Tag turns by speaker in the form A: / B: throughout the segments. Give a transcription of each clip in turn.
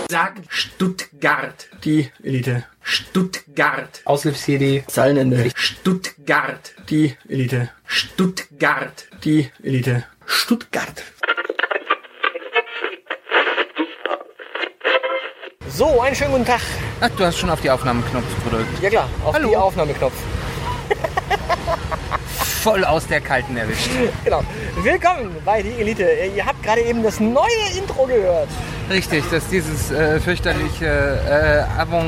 A: Sag Stuttgart.
B: Die Elite.
A: Stuttgart.
C: Aushilfs-CD.
B: Zeilenende.
A: Stuttgart.
B: Die Elite.
A: Stuttgart.
B: Die Elite.
C: Stuttgart. So, einen schönen guten Tag.
D: Ach, du hast schon auf die Aufnahmeknopf gedrückt.
C: Ja klar, auf
D: Hallo.
C: die Aufnahmeknopf.
D: Voll aus der Kalten erwischt.
C: Genau. Willkommen bei Die Elite. Ihr habt gerade eben das neue Intro gehört.
D: Richtig, dass dieses fürchterliche,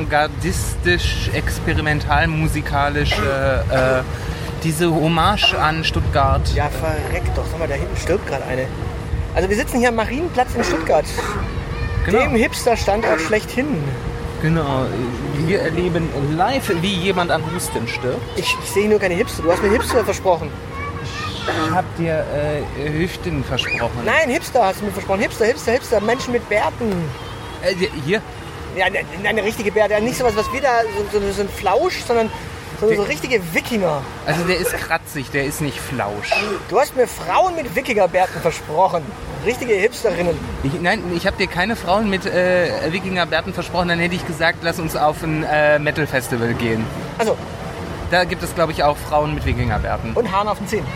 D: avantgardistisch-experimental-musikalische, diese Hommage an Stuttgart.
C: Ja, verreckt doch. Sag mal, da hinten stirbt gerade eine. Also wir sitzen hier am Marienplatz in Stuttgart.
D: Genau.
C: Dem Hipster-Standort schlechthin.
D: Genau, wir erleben live, wie jemand an Husten stirbt.
C: Ich sehe nur keine Hipster. Du hast mir Hipster versprochen.
D: Ich hab dir Hüften versprochen.
C: Nein, Hipster hast du mir versprochen. Hipster. Menschen mit Bärten.
D: Hier?
C: Ja, eine richtige Bärte. Nicht sowas, was wir da, so ein Flausch, sondern so richtige Wikinger.
D: Also der ist kratzig, der ist nicht flausch.
C: Du hast mir Frauen mit Wikingerbärten versprochen. Richtige Hipsterinnen.
D: Nein, ich habe dir keine Frauen mit Wikingerbärten versprochen, dann hätte ich gesagt, lass uns auf ein Metal-Festival gehen.
C: Also.
D: Da gibt es, glaube ich, auch Frauen mit Wikingerbärten.
C: Und Haaren auf den Zähnen.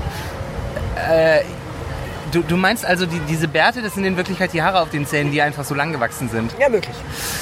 D: Du meinst also, diese Bärte, das sind in Wirklichkeit die Haare auf den Zähnen, die einfach so lang gewachsen sind?
C: Ja, möglich.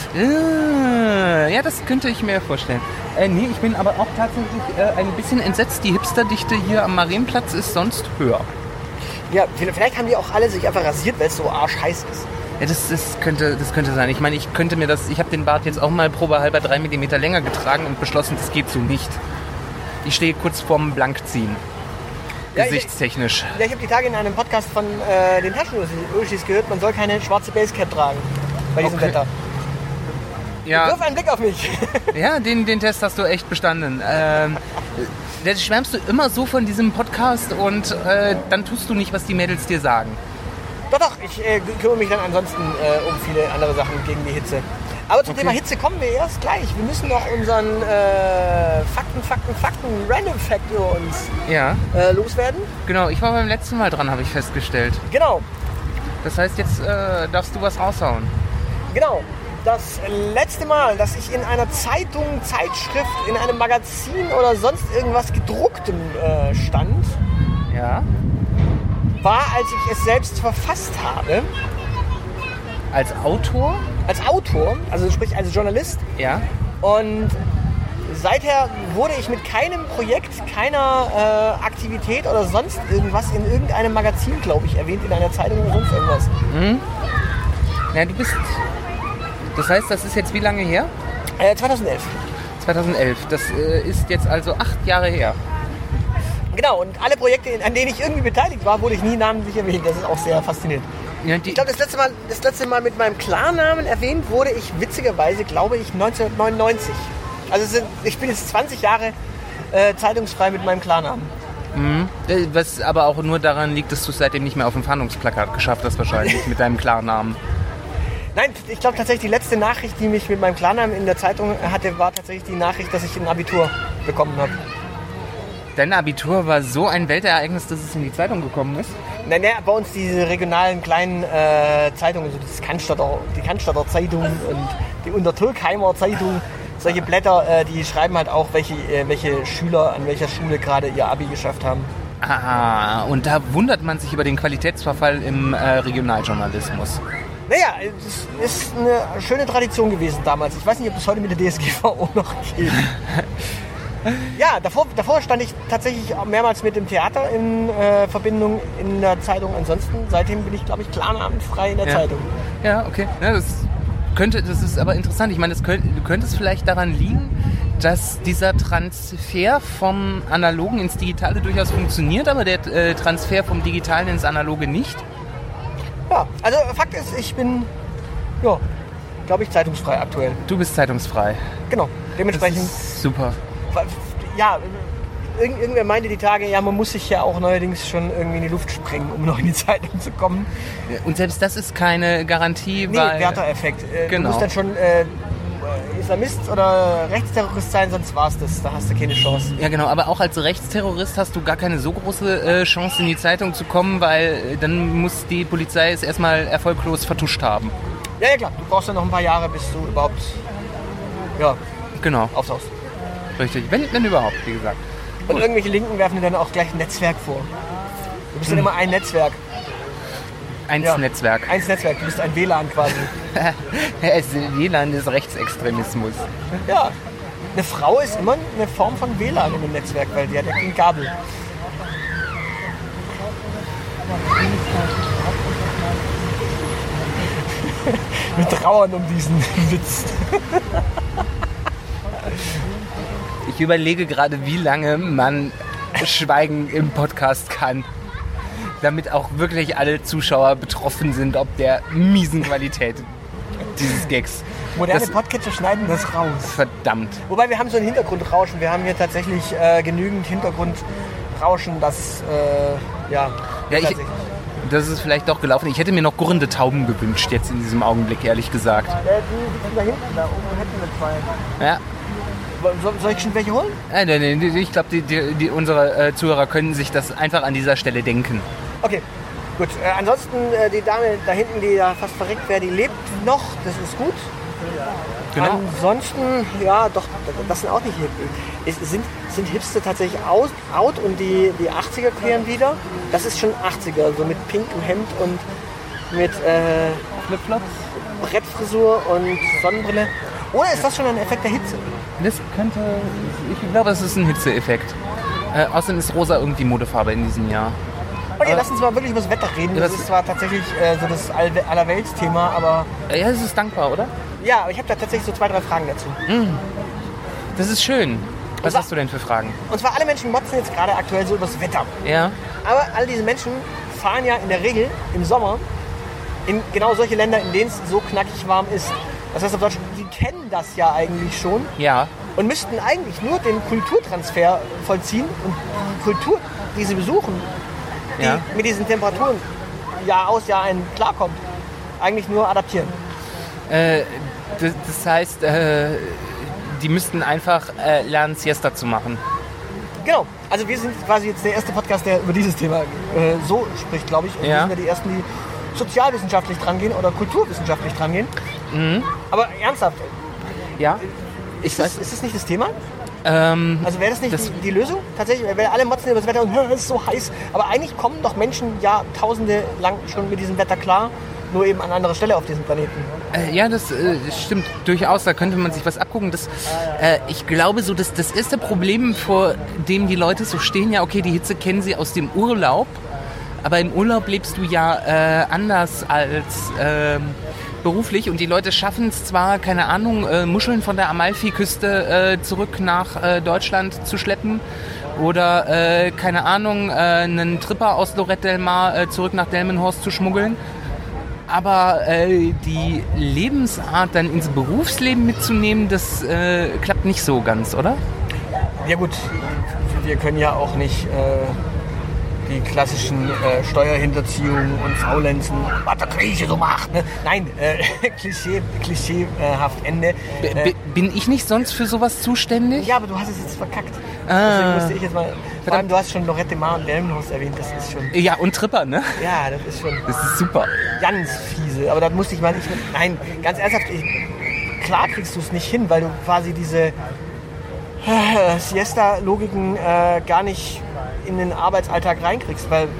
D: Ja, das könnte ich mir vorstellen. Nee, ich bin aber auch tatsächlich ein bisschen entsetzt. Die Hipsterdichte hier am Marienplatz ist sonst höher.
C: Ja, vielleicht haben die auch alle sich einfach rasiert, weil es so arschheiß ist.
D: Ja, das könnte sein. Ich meine, ich habe den Bart jetzt auch mal probehalber 3 mm länger getragen und beschlossen, das geht so nicht. Ich stehe kurz vorm Blankziehen. Ja, gesichtstechnisch.
C: Ich habe die Tage in einem Podcast von den Taschen-Uschis gehört, man soll keine schwarze Basecap tragen bei diesem Wetter.
D: Ja.
C: Wirf einen Blick auf mich.
D: Ja, den Test hast du echt bestanden. Da schwärmst du immer so von diesem Podcast und dann tust du nicht, was die Mädels dir sagen.
C: Doch, ich kümmere mich dann ansonsten um viele andere Sachen gegen die Hitze. Aber zum Thema Hitze kommen wir erst gleich. Wir müssen noch unseren Fakten, Random Fact über uns loswerden.
D: Genau, ich war beim letzten Mal dran, habe ich festgestellt.
C: Genau.
D: Das heißt, jetzt darfst du was raushauen.
C: Genau. Das letzte Mal, dass ich in einer Zeitung, Zeitschrift, in einem Magazin oder sonst irgendwas gedrucktem stand, war, als ich es selbst verfasst habe.
D: Als Autor?
C: Als Autor, also sprich als Journalist.
D: Ja.
C: Und seither wurde ich mit keinem Projekt, keiner Aktivität oder sonst irgendwas in irgendeinem Magazin, glaube ich, erwähnt, in einer Zeitung oder sonst irgendwas.
D: Mhm. Ja, das heißt, das ist jetzt wie lange her?
C: 2011.
D: 2011. Das ist jetzt also 8 Jahre her.
C: Genau, und alle Projekte, an denen ich irgendwie beteiligt war, wurde ich nie namentlich erwähnt. Das ist auch sehr faszinierend. Ja, ich glaube, das letzte Mal mit meinem Klarnamen erwähnt wurde ich witzigerweise, glaube ich, 1999. Also ich bin jetzt 20 Jahre zeitungsfrei mit meinem Klarnamen.
D: Mhm. Was aber auch nur daran liegt, dass du es seitdem nicht mehr auf dem Fahndungsplakat geschafft hast, wahrscheinlich, mit deinem Klarnamen.
C: Nein, ich glaube tatsächlich, die letzte Nachricht, die mich mit meinem Klarnamen in der Zeitung hatte, war tatsächlich die Nachricht, dass ich ein Abitur bekommen habe.
D: Dein Abitur war so ein Weltereignis, dass es in die Zeitung gekommen ist?
C: Nein, bei uns diese regionalen kleinen Zeitungen, so die Cannstatter Zeitung und die Untertürkheimer Zeitung, solche Blätter, die schreiben halt auch, welche Schüler an welcher Schule gerade ihr Abi geschafft haben.
D: Ah, und da wundert man sich über den Qualitätsverfall im Regionaljournalismus.
C: Naja, es ist eine schöne Tradition gewesen damals. Ich weiß nicht, ob das heute mit der DSGVO noch geht. Ja, davor stand ich tatsächlich mehrmals mit dem Theater in Verbindung in der Zeitung. Ansonsten, seitdem bin ich, glaube ich, klarnamenfrei in der Zeitung.
D: Ja, okay. Ja, das ist aber interessant. Ich meine, du könntest vielleicht daran liegen, dass dieser Transfer vom Analogen ins Digitale durchaus funktioniert, aber der Transfer vom Digitalen ins Analoge nicht.
C: Ja, also Fakt ist, ich bin, glaube ich, zeitungsfrei aktuell.
D: Du bist zeitungsfrei.
C: Genau, dementsprechend.
D: Das ist super.
C: Ja, irgendwer meinte die Tage, ja, man muss sich ja auch neuerdings schon irgendwie in die Luft sprengen, um noch in die Zeitung zu kommen.
D: Und selbst das ist keine Garantie, weil...
C: Werter-Effekt.
D: Genau.
C: Du musst dann schon Islamist oder Rechtsterrorist sein, sonst war's das. Da hast du keine Chance.
D: Ja, genau, aber auch als Rechtsterrorist hast du gar keine so große Chance, in die Zeitung zu kommen, weil dann muss die Polizei es erstmal erfolglos vertuscht haben.
C: Ja, klar. Du brauchst ja noch ein paar Jahre, bis du überhaupt
D: Genau,
C: aufsaust.
D: richtig. Wenn überhaupt, wie gesagt.
C: Und irgendwelche Linken werfen dir dann auch gleich ein Netzwerk vor. Du bist dann immer ein Netzwerk.
D: Netzwerk.
C: Eins Netzwerk, du bist ein WLAN quasi.
D: WLAN ist Rechtsextremismus.
C: Ja. Eine Frau ist immer eine Form von WLAN in einem Netzwerk, weil die hat ja kein Kabel. Wir trauern um diesen Witz.
D: Ich überlege gerade, wie lange man schweigen im Podcast kann, damit auch wirklich alle Zuschauer betroffen sind, ob der miesen Qualität dieses Gags.
C: Moderne Podcatcher schneiden das raus.
D: Verdammt.
C: Wobei wir haben so ein Hintergrundrauschen. Wir haben hier tatsächlich genügend Hintergrundrauschen, das tatsächlich.
D: Das ist vielleicht doch gelaufen. Ich hätte mir noch gurrende Tauben gewünscht jetzt in diesem Augenblick, ehrlich gesagt.
C: Die sitzen da hinten, da oben hätten wir zwei.
D: Ja.
C: Soll ich schon welche holen?
D: Nein, ich glaube, unsere Zuhörer können sich das einfach an dieser Stelle denken.
C: Okay, gut. Ansonsten die Dame da hinten, die ja fast verreckt wäre, die lebt noch. Das ist gut.
D: Genau.
C: Ansonsten, ja, doch, das sind auch nicht Hipster. Sind Hipster tatsächlich out und die 80er kehren wieder? Das ist schon 80er, so mit pinkem Hemd und mit
D: Flipflops?
C: Brettfrisur und Sonnenbrille. Oder ist das schon ein Effekt der Hitze?
D: Das könnte... Ich glaube, es ist ein Hitzeeffekt. Außerdem ist rosa irgendwie Modefarbe in diesem Jahr.
C: Okay, lass uns mal wirklich über das Wetter reden. Das ist zwar tatsächlich so das Allerweltsthema, aber...
D: Ja, es ist dankbar, oder?
C: Ja, aber ich habe da tatsächlich so 2, 3 Fragen dazu.
D: Das ist schön. Was hast du denn für Fragen?
C: Und zwar alle Menschen motzen jetzt gerade aktuell so über das Wetter.
D: Ja.
C: Aber all diese Menschen fahren ja in der Regel im Sommer in genau solche Länder, in denen es so knackig warm ist. Das heißt auf Deutsch, die kennen das ja eigentlich schon.
D: Ja.
C: Und müssten eigentlich nur den Kulturtransfer vollziehen und die Kultur, die sie besuchen, die mit diesen Temperaturen Jahr aus, Jahr ein klarkommt, eigentlich nur adaptieren.
D: Das heißt, die müssten einfach lernen, Siesta zu machen.
C: Genau. Also wir sind quasi jetzt der erste Podcast, der über dieses Thema so spricht, glaube ich. Und wir sind ja die ersten, die sozialwissenschaftlich drangehen oder kulturwissenschaftlich drangehen. Mhm. Aber ernsthaft.
D: Ja.
C: Ist das nicht das Thema? Also wäre das nicht die Lösung? Tatsächlich, weil alle motzen über das Wetter und es ist so heiß. Aber eigentlich kommen doch Menschen Jahrtausende lang schon mit diesem Wetter klar. Nur eben an anderer Stelle auf diesem Planeten.
D: Ja, das stimmt durchaus. Da könnte man sich was abgucken. Ich glaube, so das erste Problem, vor dem die Leute so stehen, ja, okay, die Hitze kennen sie aus dem Urlaub. Aber im Urlaub lebst du ja anders als beruflich. Und die Leute schaffen es zwar, keine Ahnung, Muscheln von der Amalfiküste zurück nach Deutschland zu schleppen. Oder, keine Ahnung, einen Tripper aus Lorette del Mar zurück nach Delmenhorst zu schmuggeln. Aber die Lebensart dann ins Berufsleben mitzunehmen, das klappt nicht so ganz, oder?
C: Ja gut, wir können ja auch nicht die klassischen Steuerhinterziehungen und Faulenzen, was der Grieche so macht. Ne? Nein, klischeehaft Ende.
D: Bin ich nicht sonst für sowas zuständig?
C: Ja, aber du hast es jetzt verkackt. Deswegen musste ich jetzt mal... Vor allem, du hast schon Lorette del Mar und Delmenhorst erwähnt, das ist schon...
D: Ja, und Tripper, ne?
C: Ja, das ist schon...
D: Das ist super.
C: Ganz fiese, aber das musste ich mal nicht... Nein, ganz ernsthaft, klar kriegst du es nicht hin, weil du quasi diese Siesta-Logiken gar nicht in den Arbeitsalltag reinkriegst, weil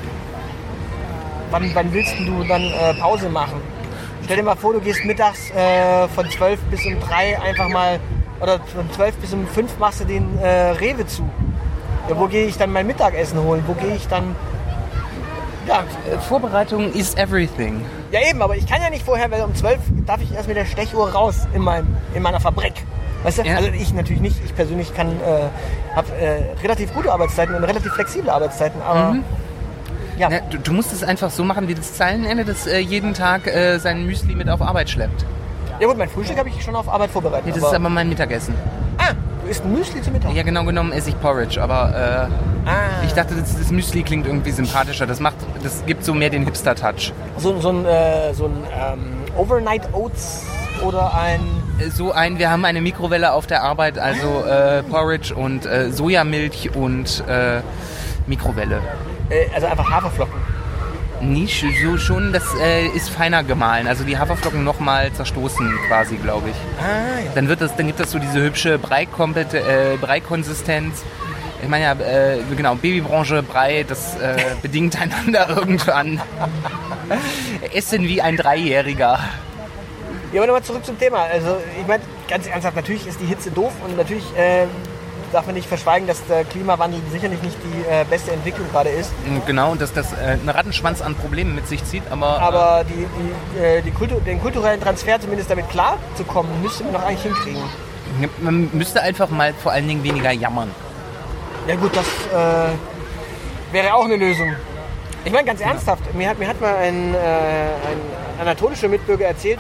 C: wann willst du dann Pause machen? Stell dir mal vor, du gehst mittags von 12 bis um 3 einfach mal, oder von 12 bis um 5 machst du den Rewe zu. Ja, wo gehe ich dann mein Mittagessen holen? Wo gehe ich dann... Ja.
D: Vorbereitung is everything.
C: Ja eben, aber ich kann ja nicht vorher, weil um 12 darf ich erst mit der Stechuhr raus in meiner Fabrik. Weißt du? Ja. Also ich natürlich nicht. Ich persönlich habe relativ gute Arbeitszeiten und relativ flexible Arbeitszeiten, aber... Ja.
D: Na, du musst es einfach so machen wie das Zeilenende, das jeden Tag sein Müsli mit auf Arbeit schleppt.
C: Ja gut, mein Frühstück habe ich schon auf Arbeit vorbereitet.
D: Ja, das ist aber mein Mittagessen.
C: Ah, du isst ein Müsli zum Mittag?
D: Ja, genau genommen esse ich Porridge, aber ich dachte, das Müsli klingt irgendwie sympathischer. Das gibt so mehr den Hipster-Touch.
C: So ein Overnight Oats oder
D: wir haben eine Mikrowelle auf der Arbeit, also Porridge und Sojamilch und Mikrowelle.
C: Also einfach Haferflocken?
D: Nicht so schon, das ist feiner gemahlen. Also die Haferflocken nochmal zerstoßen quasi, glaube ich.
C: Ah, ja.
D: Dann gibt das so diese hübsche Brei-Konsistenz. Ich meine ja, genau, Babybranche, Brei, das bedingt einander irgendwann. Essen wie ein Dreijähriger.
C: Ja, aber nochmal zurück zum Thema. Also ich meine, ganz ernsthaft, natürlich ist die Hitze doof und natürlich darf man nicht verschweigen, dass der Klimawandel sicherlich nicht die beste Entwicklung gerade ist.
D: Genau, und dass das einen Rattenschwanz an Problemen mit sich zieht.
C: Aber den kulturellen Transfer zumindest damit klarzukommen, müsste man doch eigentlich hinkriegen.
D: Man müsste einfach mal vor allen Dingen weniger jammern.
C: Ja gut, das wäre auch eine Lösung. Ich meine, ganz ernsthaft, mir hat mal ein anatolischer Mitbürger erzählt,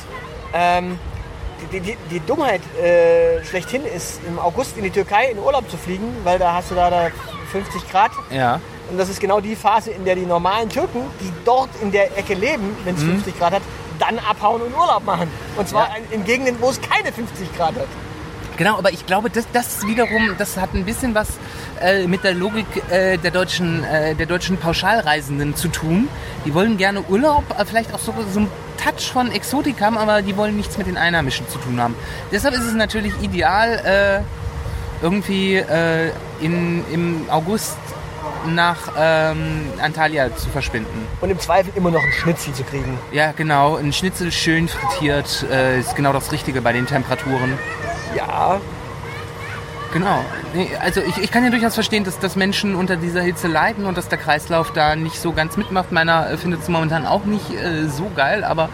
C: die Dummheit schlechthin ist, im August in die Türkei in Urlaub zu fliegen, weil da hast du da 50 Grad.
D: Ja.
C: Und das ist genau die Phase, in der die normalen Türken, die dort in der Ecke leben, wenn es 50 Grad hat, dann abhauen und Urlaub machen. Und zwar in Gegenden, wo es keine 50 Grad hat.
D: Genau, aber ich glaube, das wiederum, das hat ein bisschen was mit der Logik der deutschen Pauschalreisenden zu tun. Die wollen gerne Urlaub, vielleicht auch so ein Touch von Exotik haben, aber die wollen nichts mit den Einheimischen zu tun haben. Deshalb ist es natürlich ideal, irgendwie im August nach Antalya zu verschwinden.
C: Und im Zweifel immer noch einen Schnitzel zu kriegen.
D: Ja, genau. Ein Schnitzel schön frittiert ist genau das Richtige bei den Temperaturen.
C: Ja.
D: Genau. Also ich kann ja durchaus verstehen, dass Menschen unter dieser Hitze leiden und dass der Kreislauf da nicht so ganz mitmacht. Meiner findet es momentan auch nicht so geil, aber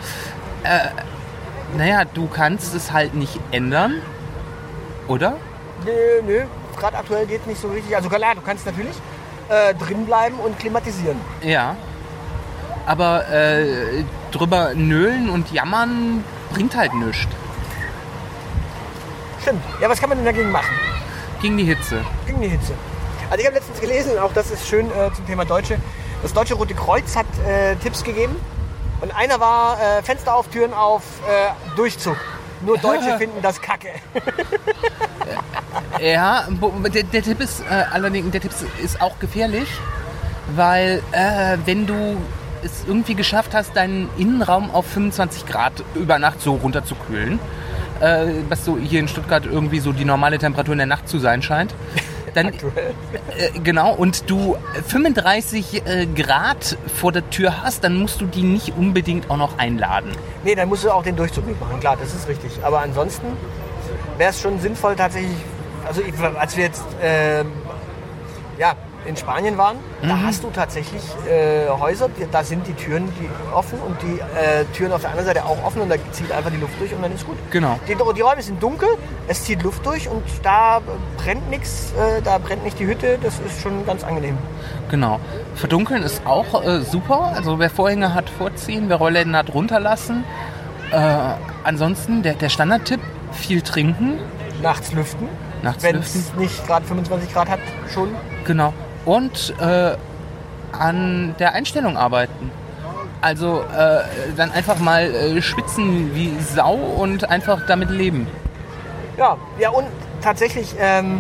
D: naja, du kannst es halt nicht ändern, oder?
C: Nö. Gerade aktuell geht es nicht so richtig. Also klar, du kannst natürlich drin bleiben und klimatisieren.
D: Ja. Aber drüber nölen und jammern bringt halt nichts.
C: Stimmt. Ja, was kann man denn dagegen machen?
D: Gegen die Hitze.
C: Gegen die Hitze. Also ich habe letztens gelesen, auch das ist schön zum Thema Deutsche, das Deutsche Rote Kreuz hat Tipps gegeben. Und einer war Fenster auf, Türen auf, Durchzug. Nur Deutsche finden das kacke.
D: Ja, der Tipp ist allerdings, der Tipp ist auch gefährlich, weil wenn du es irgendwie geschafft hast, deinen Innenraum auf 25 Grad über Nacht so runterzukühlen, was so hier in Stuttgart irgendwie so die normale Temperatur in der Nacht zu sein scheint. Dann, genau, und du 35 Grad vor der Tür hast, dann musst du die nicht unbedingt auch noch einladen.
C: Nee, dann musst du auch den Durchzug nicht machen, klar, das ist richtig. Aber ansonsten wäre es schon sinnvoll tatsächlich, also als wir jetzt in Spanien waren, da hast du tatsächlich Häuser, da sind die Türen offen und die Türen auf der anderen Seite auch offen und da zieht einfach die Luft durch und dann ist gut.
D: Genau.
C: Die Räume sind dunkel, es zieht Luft durch und da brennt nichts, da brennt nicht die Hütte, das ist schon ganz angenehm.
D: Genau. Verdunkeln ist auch super, also wer Vorhänge hat, vorziehen, wer Rollläden hat, runterlassen. Ansonsten der Standardtipp, viel trinken.
C: Nachts lüften. Wenn es nicht gerade 25 Grad hat, schon.
D: Genau. Und an der Einstellung arbeiten. Also dann einfach mal schwitzen wie Sau und einfach damit leben.
C: Ja und tatsächlich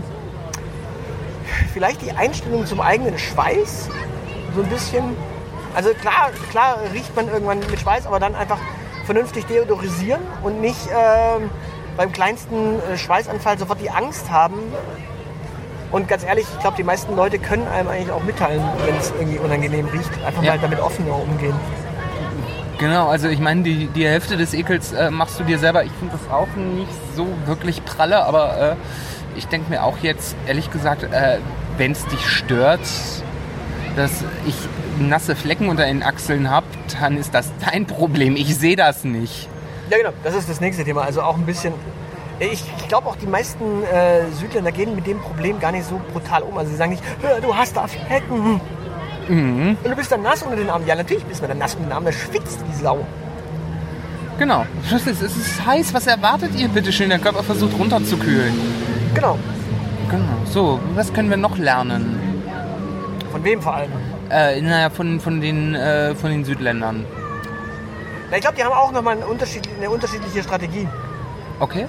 C: vielleicht die Einstellung zum eigenen Schweiß so ein bisschen. Also klar riecht man irgendwann mit Schweiß, aber dann einfach vernünftig deodorisieren und nicht beim kleinsten Schweißanfall sofort die Angst haben. Und ganz ehrlich, ich glaube, die meisten Leute können einem eigentlich auch mitteilen, wenn es irgendwie unangenehm riecht. Einfach mal damit offener umgehen.
D: Genau, also ich meine, die Hälfte des Ekels machst du dir selber. Ich finde das auch nicht so wirklich pralle, aber ich denke mir auch jetzt, ehrlich gesagt, wenn es dich stört, dass ich nasse Flecken unter den Achseln habe, dann ist das dein Problem. Ich sehe das nicht.
C: Ja genau, das ist das nächste Thema. Also auch ein bisschen... Ich glaube auch, die meisten Südländer gehen mit dem Problem gar nicht so brutal um. Also sie sagen nicht, du hast da Flecken. Und du bist dann nass unter den Armen. Ja, natürlich bist du dann nass unter den Armen, der schwitzt wie Sau.
D: Genau. Es ist heiß. Was erwartet ihr bitte schön? Der Körper versucht runterzukühlen.
C: Genau.
D: So, was können wir noch lernen?
C: Von wem vor allem?
D: Von den Südländern.
C: Na, ich glaube, die haben auch nochmal eine unterschiedliche Strategie.
D: Okay.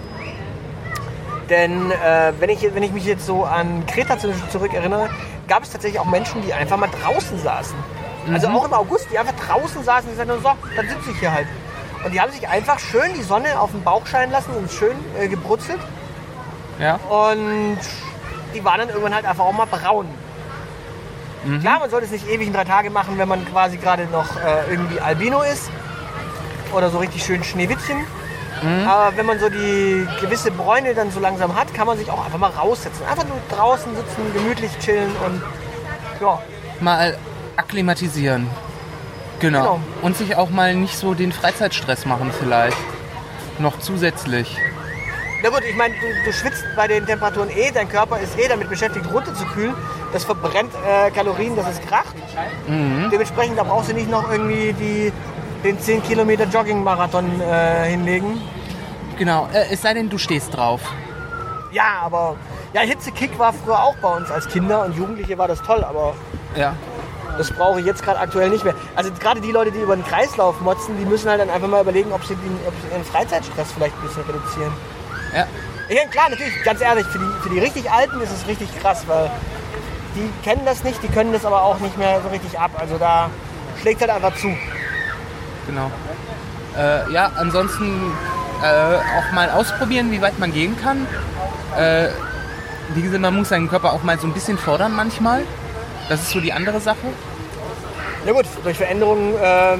C: Denn wenn ich mich jetzt so an Kreta zurückerinnere, gab es tatsächlich auch Menschen, die einfach mal draußen saßen. Also auch im August, die einfach draußen saßen und gesagt haben, so, dann sitze ich hier halt. Und die haben sich einfach schön die Sonne auf den Bauch scheinen lassen und schön gebrutzelt.
D: Ja.
C: Und die waren dann irgendwann halt einfach auch mal braun. Klar, man sollte es nicht ewig in 3 Tage machen, wenn man quasi gerade noch irgendwie Albino ist. Oder so richtig schön Schneewittchen. Aber wenn man so die gewisse Bräune dann so langsam hat, kann man sich auch einfach mal raussetzen. Einfach nur draußen sitzen, gemütlich chillen und ja.
D: Mal akklimatisieren. Genau. Und sich auch mal nicht so den Freizeitstress machen vielleicht. Noch zusätzlich.
C: Na gut, ich meine, du schwitzt bei den Temperaturen dein Körper ist damit beschäftigt, runterzukühlen. Das verbrennt Kalorien, das ist Kracht. Dementsprechend, da brauchst du nicht noch irgendwie den 10 Kilometer Jogging-Marathon hinlegen.
D: Genau, es sei denn, du stehst drauf.
C: Ja, aber Hitzekick war früher auch bei uns als Kinder und Jugendliche war das toll, aber
D: Ja.
C: das brauche ich jetzt gerade aktuell nicht mehr. Also gerade die Leute, die über den Kreislauf motzen, die müssen halt dann einfach mal überlegen, ob sie ihren Freizeitstress vielleicht ein bisschen reduzieren.
D: Ja.
C: Ja, klar, natürlich, ganz ehrlich, für die richtig Alten ist es richtig krass, weil die kennen das nicht, die können das aber auch nicht mehr so richtig ab. Also da schlägt halt einfach zu.
D: Genau. Ja, ansonsten auch mal ausprobieren, wie weit man gehen kann. Wie gesagt, man muss seinen Körper auch mal so ein bisschen fordern manchmal. Das ist so die andere Sache.
C: Ja gut, durch Veränderungen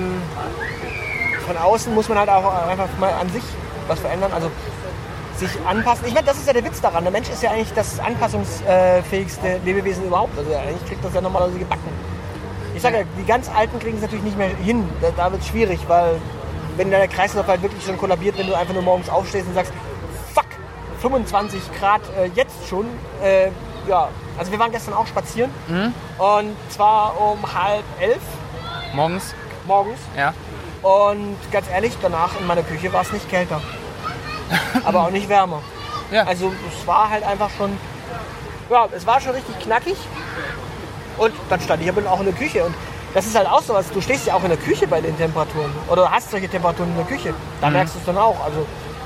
C: von außen muss man halt auch einfach mal an sich was verändern, also sich anpassen. Ich meine, das ist ja der Witz daran. Der Mensch ist ja eigentlich das anpassungsfähigste Lebewesen überhaupt. Also eigentlich kriegt das ja normalerweise gebacken. Ich sage ja, die ganz Alten kriegen es natürlich nicht mehr hin. Da wird es schwierig, weil wenn der Kreislauf halt wirklich schon kollabiert, wenn du einfach nur morgens aufstehst und sagst, fuck, 25 Grad jetzt schon. Ja, also wir waren gestern auch spazieren und zwar um 10:30 morgens.
D: Ja.
C: Und ganz ehrlich, danach in meiner Küche war es nicht kälter, aber auch nicht wärmer.
D: Ja.
C: Also es war halt einfach schon, ja, es war schon richtig knackig und dann stand ich aber auch in der Küche und das ist halt auch so was, du stehst ja auch in der Küche bei den Temperaturen oder hast solche Temperaturen in der Küche, da merkst du es dann auch. Also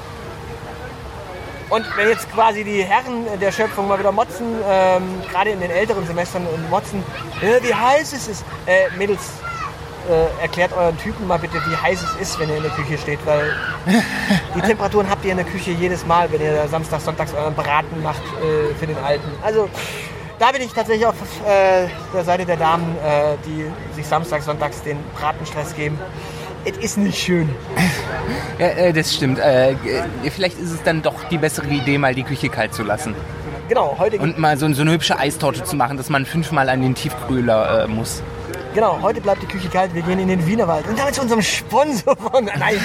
C: und wenn jetzt quasi die Herren der Schöpfung mal wieder motzen, gerade in den älteren Semestern motzen, wie heiß es ist. Mädels, erklärt euren Typen mal bitte, wie heiß es ist, wenn ihr in der Küche steht, weil die Temperaturen habt ihr in der Küche jedes Mal, wenn ihr samstags, sonntags euren Braten macht für den Alten. Also da bin ich tatsächlich auf der Seite der Damen, die sich samstags, sonntags den Bratenstress geben. Es ist nicht schön.
D: Ja, das stimmt. Vielleicht ist es dann doch die bessere Idee, mal die Küche kalt zu lassen.
C: Genau, heute
D: Und mal so eine hübsche Eistorte zu machen, dass man 5-mal an den Tiefkühler muss.
C: Genau, heute bleibt die Küche kalt, wir gehen in den Wienerwald. Und damit zu unserem Sponsor von... Nein,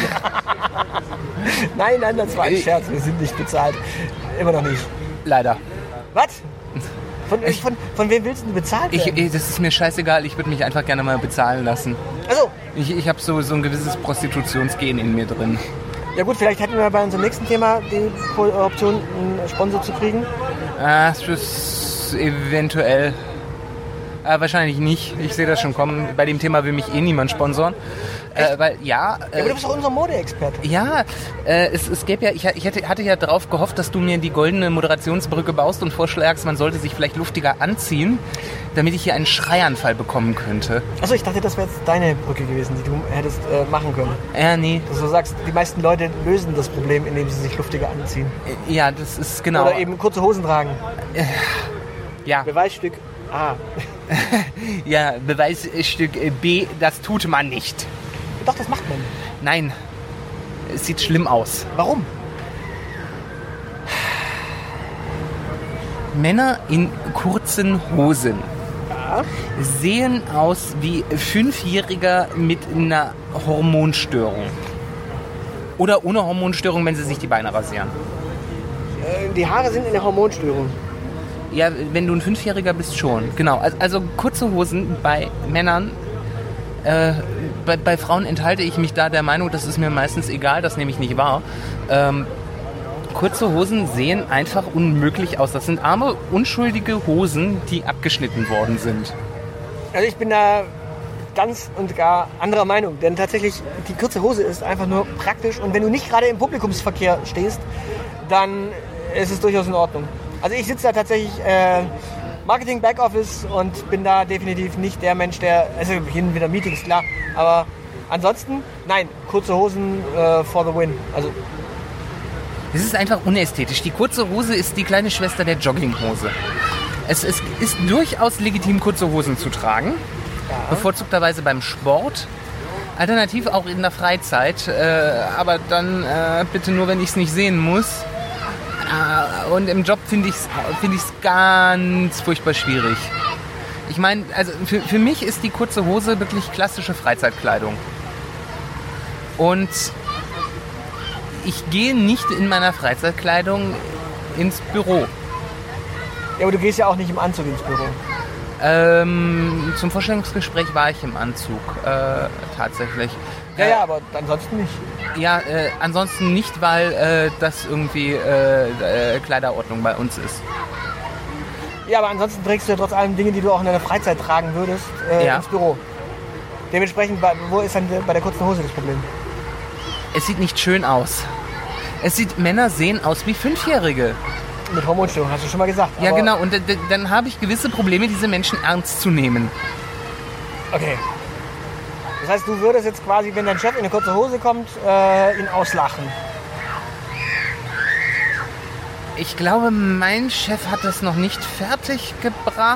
C: nein, das war ein Scherz, wir sind nicht bezahlt. Immer noch nicht.
D: Leider.
C: Was? Von wem willst du bezahlt werden?
D: Das ist mir scheißegal, ich würde mich einfach gerne mal bezahlen lassen.
C: Also,
D: Ich habe so ein gewisses Prostitutionsgen in mir drin.
C: ja gut, vielleicht hätten wir bei unserem nächsten Thema die Option, einen Sponsor zu kriegen.
D: Das ist eventuell. Wahrscheinlich nicht. Ich sehe das schon kommen. Bei dem Thema will mich niemand sponsoren. Weil
C: Ja, aber du bist doch unser Modeexperte.
D: Ja, es gäbe ja, ich hatte ja darauf gehofft, dass du mir die goldene Moderationsbrücke baust und vorschlägst, man sollte sich vielleicht luftiger anziehen, damit ich hier einen Schreianfall bekommen könnte.
C: Achso, ich dachte, das wäre jetzt deine Brücke gewesen, die du hättest machen können.
D: Nee.
C: Dass du sagst, die meisten Leute lösen das Problem, indem sie sich luftiger anziehen.
D: Ja, das ist genau.
C: Oder eben kurze Hosen tragen.
D: Ja.
C: Beweisstück A.
D: Ja, Beweisstück B, das tut man nicht.
C: Doch, das macht man.
D: Nein, es sieht schlimm aus.
C: Warum?
D: Männer in kurzen Hosen sehen aus wie 5-Jähriger mit einer Hormonstörung. Oder ohne Hormonstörung, wenn sie sich die Beine rasieren.
C: Die Haare sind in der Hormonstörung.
D: Ja, wenn du ein 5-Jähriger bist, schon. Genau. Also kurze Hosen bei Männern. Bei Frauen enthalte ich mich da der Meinung, das ist mir meistens egal, das nehme ich nicht wahr. Kurze Hosen sehen einfach unmöglich aus. Das sind arme, unschuldige Hosen, die abgeschnitten worden sind.
C: Also ich bin da ganz und gar anderer Meinung. Denn tatsächlich, die kurze Hose ist einfach nur praktisch. Und wenn du nicht gerade im Publikumsverkehr stehst, dann ist es durchaus in Ordnung. Also ich sitze da tatsächlich Marketing Backoffice und bin da definitiv nicht der Mensch, der, also hin und wieder Meetings, klar, aber ansonsten, nein, kurze Hosen for the win. Also
D: es ist einfach unästhetisch. Die kurze Hose ist die kleine Schwester der Jogginghose. Es ist durchaus legitim, kurze Hosen zu tragen, bevorzugterweise beim Sport. Alternativ auch in der Freizeit, aber dann bitte nur, wenn ich es nicht sehen muss. Und im Job finde ich es ganz furchtbar schwierig. Ich meine, also für mich ist die kurze Hose wirklich klassische Freizeitkleidung. Und ich gehe nicht in meiner Freizeitkleidung ins Büro.
C: Ja, aber du gehst ja auch nicht im Anzug ins Büro.
D: Zum Vorstellungsgespräch war ich im Anzug, tatsächlich.
C: Ja, aber ansonsten nicht.
D: Ja, ansonsten nicht, weil das irgendwie Kleiderordnung bei uns ist.
C: Ja, aber ansonsten trägst du ja trotz allem Dinge, die du auch in deiner Freizeit tragen würdest, ins Büro. Dementsprechend, wo ist dann bei der kurzen Hose das Problem?
D: Es sieht nicht schön aus. Männer sehen aus wie 5-Jährige.
C: Mit Hormonstörung, hast du schon mal gesagt.
D: Ja, genau. Und dann habe ich gewisse Probleme, diese Menschen ernst zu nehmen.
C: Okay. Das heißt, du würdest jetzt quasi, wenn dein Chef in eine kurze Hose kommt, ihn auslachen.
D: Ich glaube, mein Chef hat das noch nicht fertig gebracht.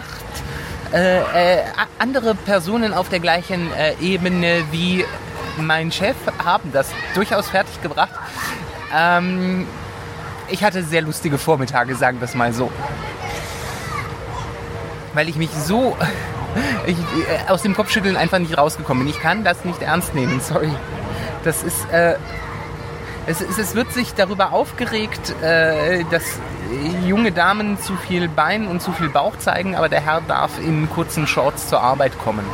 D: Andere Personen auf der gleichen Ebene wie mein Chef haben das durchaus fertig gebracht. Ich hatte sehr lustige Vormittage, sagen wir es mal so. Weil ich mich so aus dem Kopfschütteln einfach nicht rausgekommen bin. Ich kann das nicht ernst nehmen, sorry. Das ist, es wird sich darüber aufgeregt, dass junge Damen zu viel Bein und zu viel Bauch zeigen, aber der Herr darf in kurzen Shorts zur Arbeit kommen.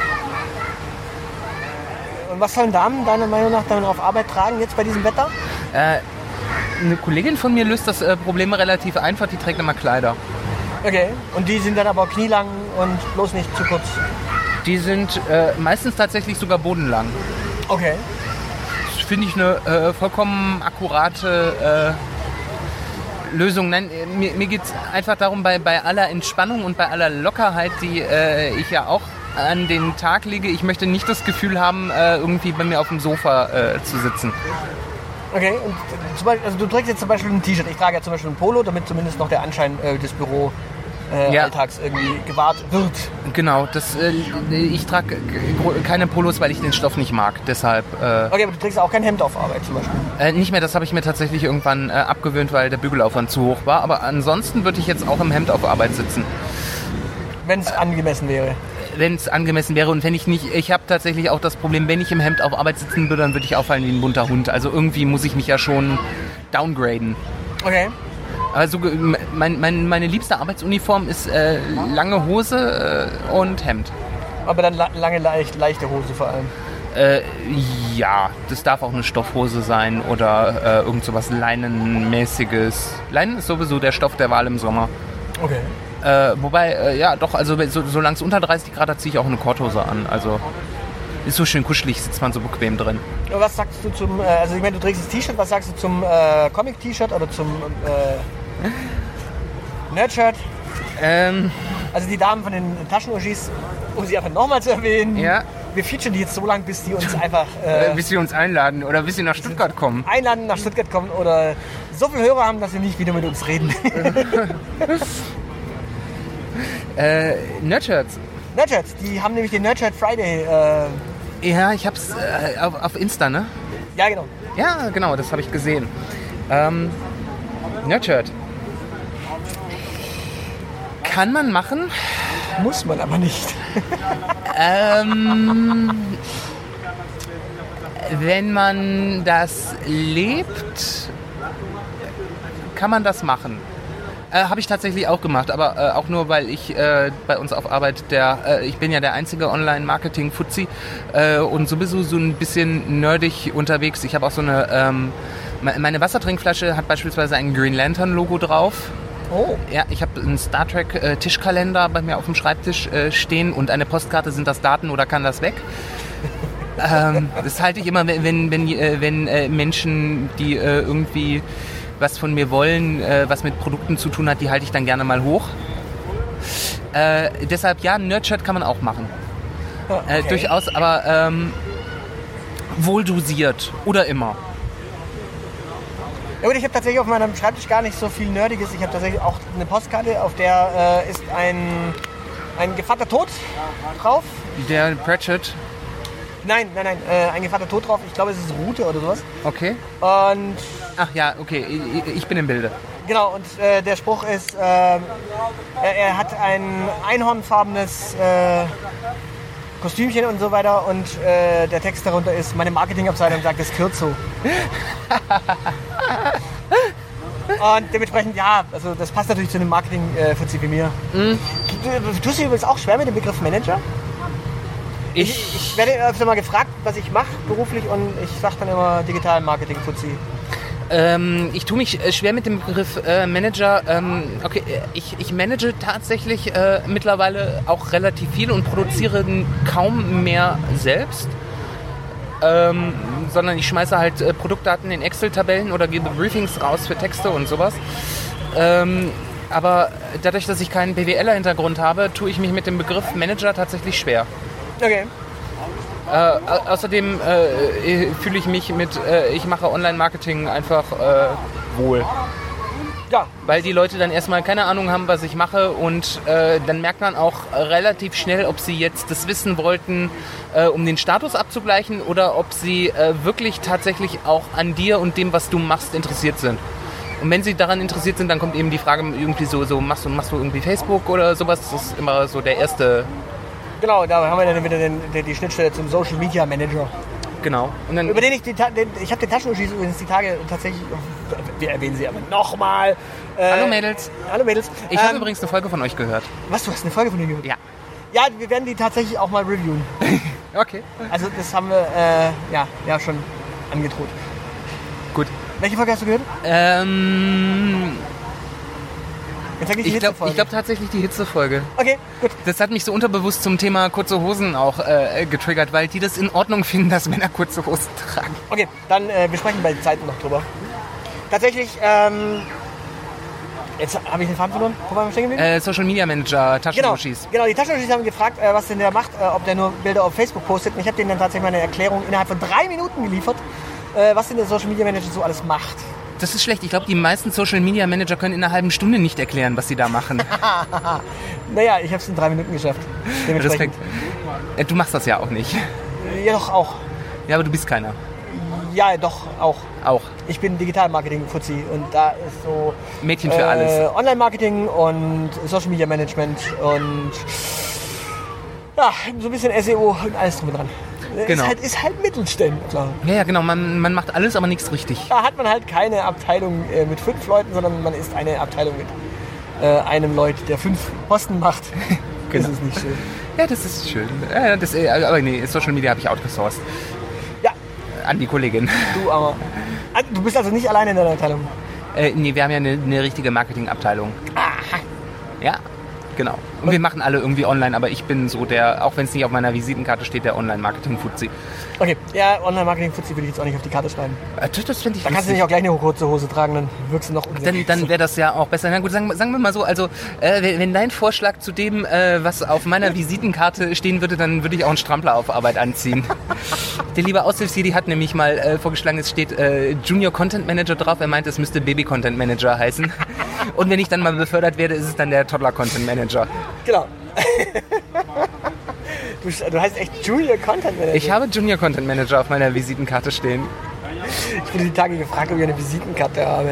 C: Und was sollen Damen deiner Meinung nach dann auf Arbeit tragen jetzt bei diesem Wetter?
D: Eine Kollegin von mir löst das Problem relativ einfach, die trägt immer Kleider.
C: Okay, und die sind dann aber knielang und bloß nicht zu kurz?
D: Die sind meistens tatsächlich sogar bodenlang.
C: Okay.
D: Das finde ich eine vollkommen akkurate Lösung. Nein, mir geht es einfach darum, bei aller Entspannung und bei aller Lockerheit, die ich ja auch an den Tag lege, ich möchte nicht das Gefühl haben, irgendwie bei mir auf dem Sofa zu sitzen.
C: Okay, und zum Beispiel, also du trägst jetzt zum Beispiel ein T-Shirt. Ich trage ja zum Beispiel ein Polo, damit zumindest noch der Anschein des Büro-Alltags irgendwie gewahrt wird.
D: Genau, ich trage keine Polos, weil ich den Stoff nicht mag. Deshalb.
C: Okay, aber du trägst auch kein Hemd auf Arbeit zum Beispiel?
D: Nicht mehr, das habe ich mir tatsächlich irgendwann abgewöhnt, weil der Bügelaufwand zu hoch war. Aber ansonsten würde ich jetzt auch im Hemd auf Arbeit sitzen.
C: Wenn es angemessen wäre?
D: Wenn es angemessen wäre und wenn ich nicht, ich habe tatsächlich auch das Problem, wenn ich im Hemd auf Arbeit sitzen würde, dann würde ich auffallen wie ein bunter Hund. Also irgendwie muss ich mich ja schon downgraden.
C: Okay.
D: Also meine liebste Arbeitsuniform ist lange Hose und Hemd.
C: Aber dann lange, leichte Hose vor allem?
D: Ja, das darf auch eine Stoffhose sein oder irgend so was Leinenmäßiges. Leinen ist sowieso der Stoff der Wahl im Sommer.
C: Okay.
D: Wobei, ja doch, also solange es unter 30 Grad hat, ziehe ich auch eine Korthose an. Also ist so schön kuschelig, sitzt man so bequem drin.
C: Was sagst du zum, also ich meine, du trägst das T-Shirt, was sagst du zum Comic-T-Shirt oder zum Nerd-Shirt? Also die Damen von den Taschen-Uschis, um sie einfach nochmal zu erwähnen.
D: Ja.
C: Wir featuren die jetzt so lange, bis die uns einfach...
D: bis sie uns einladen oder bis sie nach Stuttgart kommen.
C: Einladen, nach Stuttgart kommen oder so viele Hörer haben, dass sie nicht wieder mit uns reden.
D: Nerdshirts.
C: Nerdshirts, die haben nämlich den Nerdshirt Friday.
D: Ja, ich hab's auf Insta, ne?
C: Ja, genau.
D: Ja, genau, das habe ich gesehen. Nerdshirt. Kann man machen.
C: Muss man aber nicht.
D: Wenn man das lebt, kann man das machen. Habe ich tatsächlich auch gemacht, aber auch nur, weil ich bei uns auf Arbeit ich bin ja der einzige Online-Marketing-Fuzzi und sowieso so ein bisschen nerdig unterwegs. Ich habe auch so meine Wassertrinkflasche hat beispielsweise ein Green Lantern-Logo drauf.
C: Oh.
D: Ja, ich habe einen Star Trek Tischkalender bei mir auf dem Schreibtisch stehen und eine Postkarte, sind das Daten oder kann das weg? Das halte ich immer, wenn Menschen, die irgendwie was von mir wollen, was mit Produkten zu tun hat, die halte ich dann gerne mal hoch. Deshalb ja, Nerdshirt kann man auch machen.
C: Okay.
D: Durchaus, aber wohl dosiert oder immer.
C: Ja gut, ich habe tatsächlich auf meinem Schreibtisch gar nicht so viel Nerdiges. Ich habe tatsächlich auch eine Postkarte, auf der ist ein Gevatter Tod drauf.
D: Der Pratchett.
C: Nein, ein Gevatter Tod drauf. Ich glaube, es ist Rute oder sowas.
D: Okay.
C: Und
D: Ach ja, okay, ich bin im Bilde.
C: genau, und der Spruch ist, er hat ein einhornfarbenes Kostümchen und so weiter und der Text darunter ist, meine Marketingabteilung sagt, es kürzt so. Und dementsprechend, ja, also das passt natürlich zu einem Marketing-Fuzzi wie mir. Du tust dich übrigens auch schwer mit dem Begriff Manager? Ich werde öfter mal gefragt, was ich mache beruflich und ich sage dann immer Digital-Marketing-Fuzzi.
D: Ich tue mich schwer mit dem Begriff Manager. Okay, ich manage tatsächlich mittlerweile auch relativ viel und produziere kaum mehr selbst. Sondern ich schmeiße halt Produktdaten in Excel-Tabellen oder gebe Briefings raus für Texte und sowas. Aber dadurch, dass ich keinen BWLer-Hintergrund habe, tue ich mich mit dem Begriff Manager tatsächlich schwer.
C: Okay.
D: Außerdem fühle ich mich mit, ich mache Online-Marketing einfach wohl.
C: Ja.
D: Weil die Leute dann erstmal keine Ahnung haben, was ich mache und dann merkt man auch relativ schnell, ob sie jetzt das wissen wollten, um den Status abzugleichen oder ob sie wirklich tatsächlich auch an dir und dem, was du machst, interessiert sind. Und wenn sie daran interessiert sind, dann kommt eben die Frage irgendwie so machst du irgendwie Facebook oder sowas? Das ist immer so der erste...
C: Genau, da haben wir dann wieder die Schnittstelle zum Social Media Manager.
D: Genau. Und dann,
C: Über den ich ich habe den Taschenuschis übrigens die Tage tatsächlich, wir erwähnen sie aber nochmal.
D: Hallo Mädels.
C: Hallo Mädels.
D: Ich habe übrigens eine Folge von euch gehört.
C: Was, du hast eine Folge von denen gehört?
D: Ja.
C: Ja, wir werden die tatsächlich auch mal reviewen.
D: Okay.
C: Also das haben wir ja schon angedroht.
D: Gut.
C: Welche Folge hast du gehört? Jetzt sag ich die
D: Ich glaube
C: Hitzefolge.
D: tatsächlich die Hitzefolge.
C: Okay, gut.
D: Das hat mich so unterbewusst zum Thema kurze Hosen auch getriggert, weil die das in Ordnung finden, dass Männer kurze Hosen tragen.
C: Okay, dann wir sprechen bei Zeiten noch drüber. Tatsächlich, jetzt habe ich den Faden verloren. Wo waren wir stehen geblieben?
D: Social Media Manager, Taschenuschis.
C: Genau, die Taschenuschis haben gefragt, was denn der macht, ob der nur Bilder auf Facebook postet. Und ich habe denen dann tatsächlich meine Erklärung innerhalb von 3 Minuten geliefert, was denn der Social Media Manager so alles macht.
D: Das ist schlecht. Ich glaube, die meisten Social Media Manager können in einer halben Stunde nicht erklären, was sie da machen.
C: Naja, ich habe es in 3 Minuten geschafft.
D: Respekt. Du machst das ja auch nicht.
C: Ja, doch, auch.
D: Ja, aber du bist keiner.
C: Ja, doch, auch.
D: Auch.
C: Ich bin Digital-Marketing-Fuzzi und da ist so...
D: Mädchen für alles.
C: Online-Marketing und Social-Media-Management und ja, so ein bisschen SEO und alles drum und dran.
D: Genau.
C: Ist halt Mittelständler.
D: Ja, genau. Man macht alles, aber nichts richtig.
C: Da hat man halt keine Abteilung mit 5 Leuten, sondern man ist eine Abteilung mit einem Leut, der 5 Posten macht. Das ist nicht schön.
D: Ja, das ist schön. Aber nee, Social Media habe ich outgesourced.
C: Ja,
D: An die Kollegin.
C: du aber. Du bist also nicht alleine in deiner Abteilung.
D: Nee, wir haben ja eine richtige Marketingabteilung.
C: Aha.
D: Ja, genau. Und wir machen alle irgendwie online, aber ich bin so der, auch wenn es nicht auf meiner Visitenkarte steht, der Online-Marketing-Fuzzi.
C: Okay, ja, Online-Marketing-Fuzzi will ich jetzt auch nicht auf die Karte schreiben.
D: Das finde ich
C: Da kannst du nicht auch gleich eine kurze Hose tragen, dann wirkst du noch unseriös.
D: Dann wäre das ja auch besser. Na gut, sagen wir mal so, also wenn dein Vorschlag zu dem, was auf meiner Visitenkarte stehen würde, dann würde ich auch einen Strampler auf Arbeit anziehen. Der liebe Aushilfsjedi hat nämlich mal vorgeschlagen, es steht Junior Content Manager drauf. Er meint, es müsste Baby Content Manager heißen. Und wenn ich dann mal befördert werde, ist es dann der Toddler Content Manager.
C: Genau. Du heißt echt Junior Content Manager.
D: Ich habe Junior Content Manager auf meiner Visitenkarte stehen.
C: Ich wurde die Tage gefragt, ob ich eine Visitenkarte habe.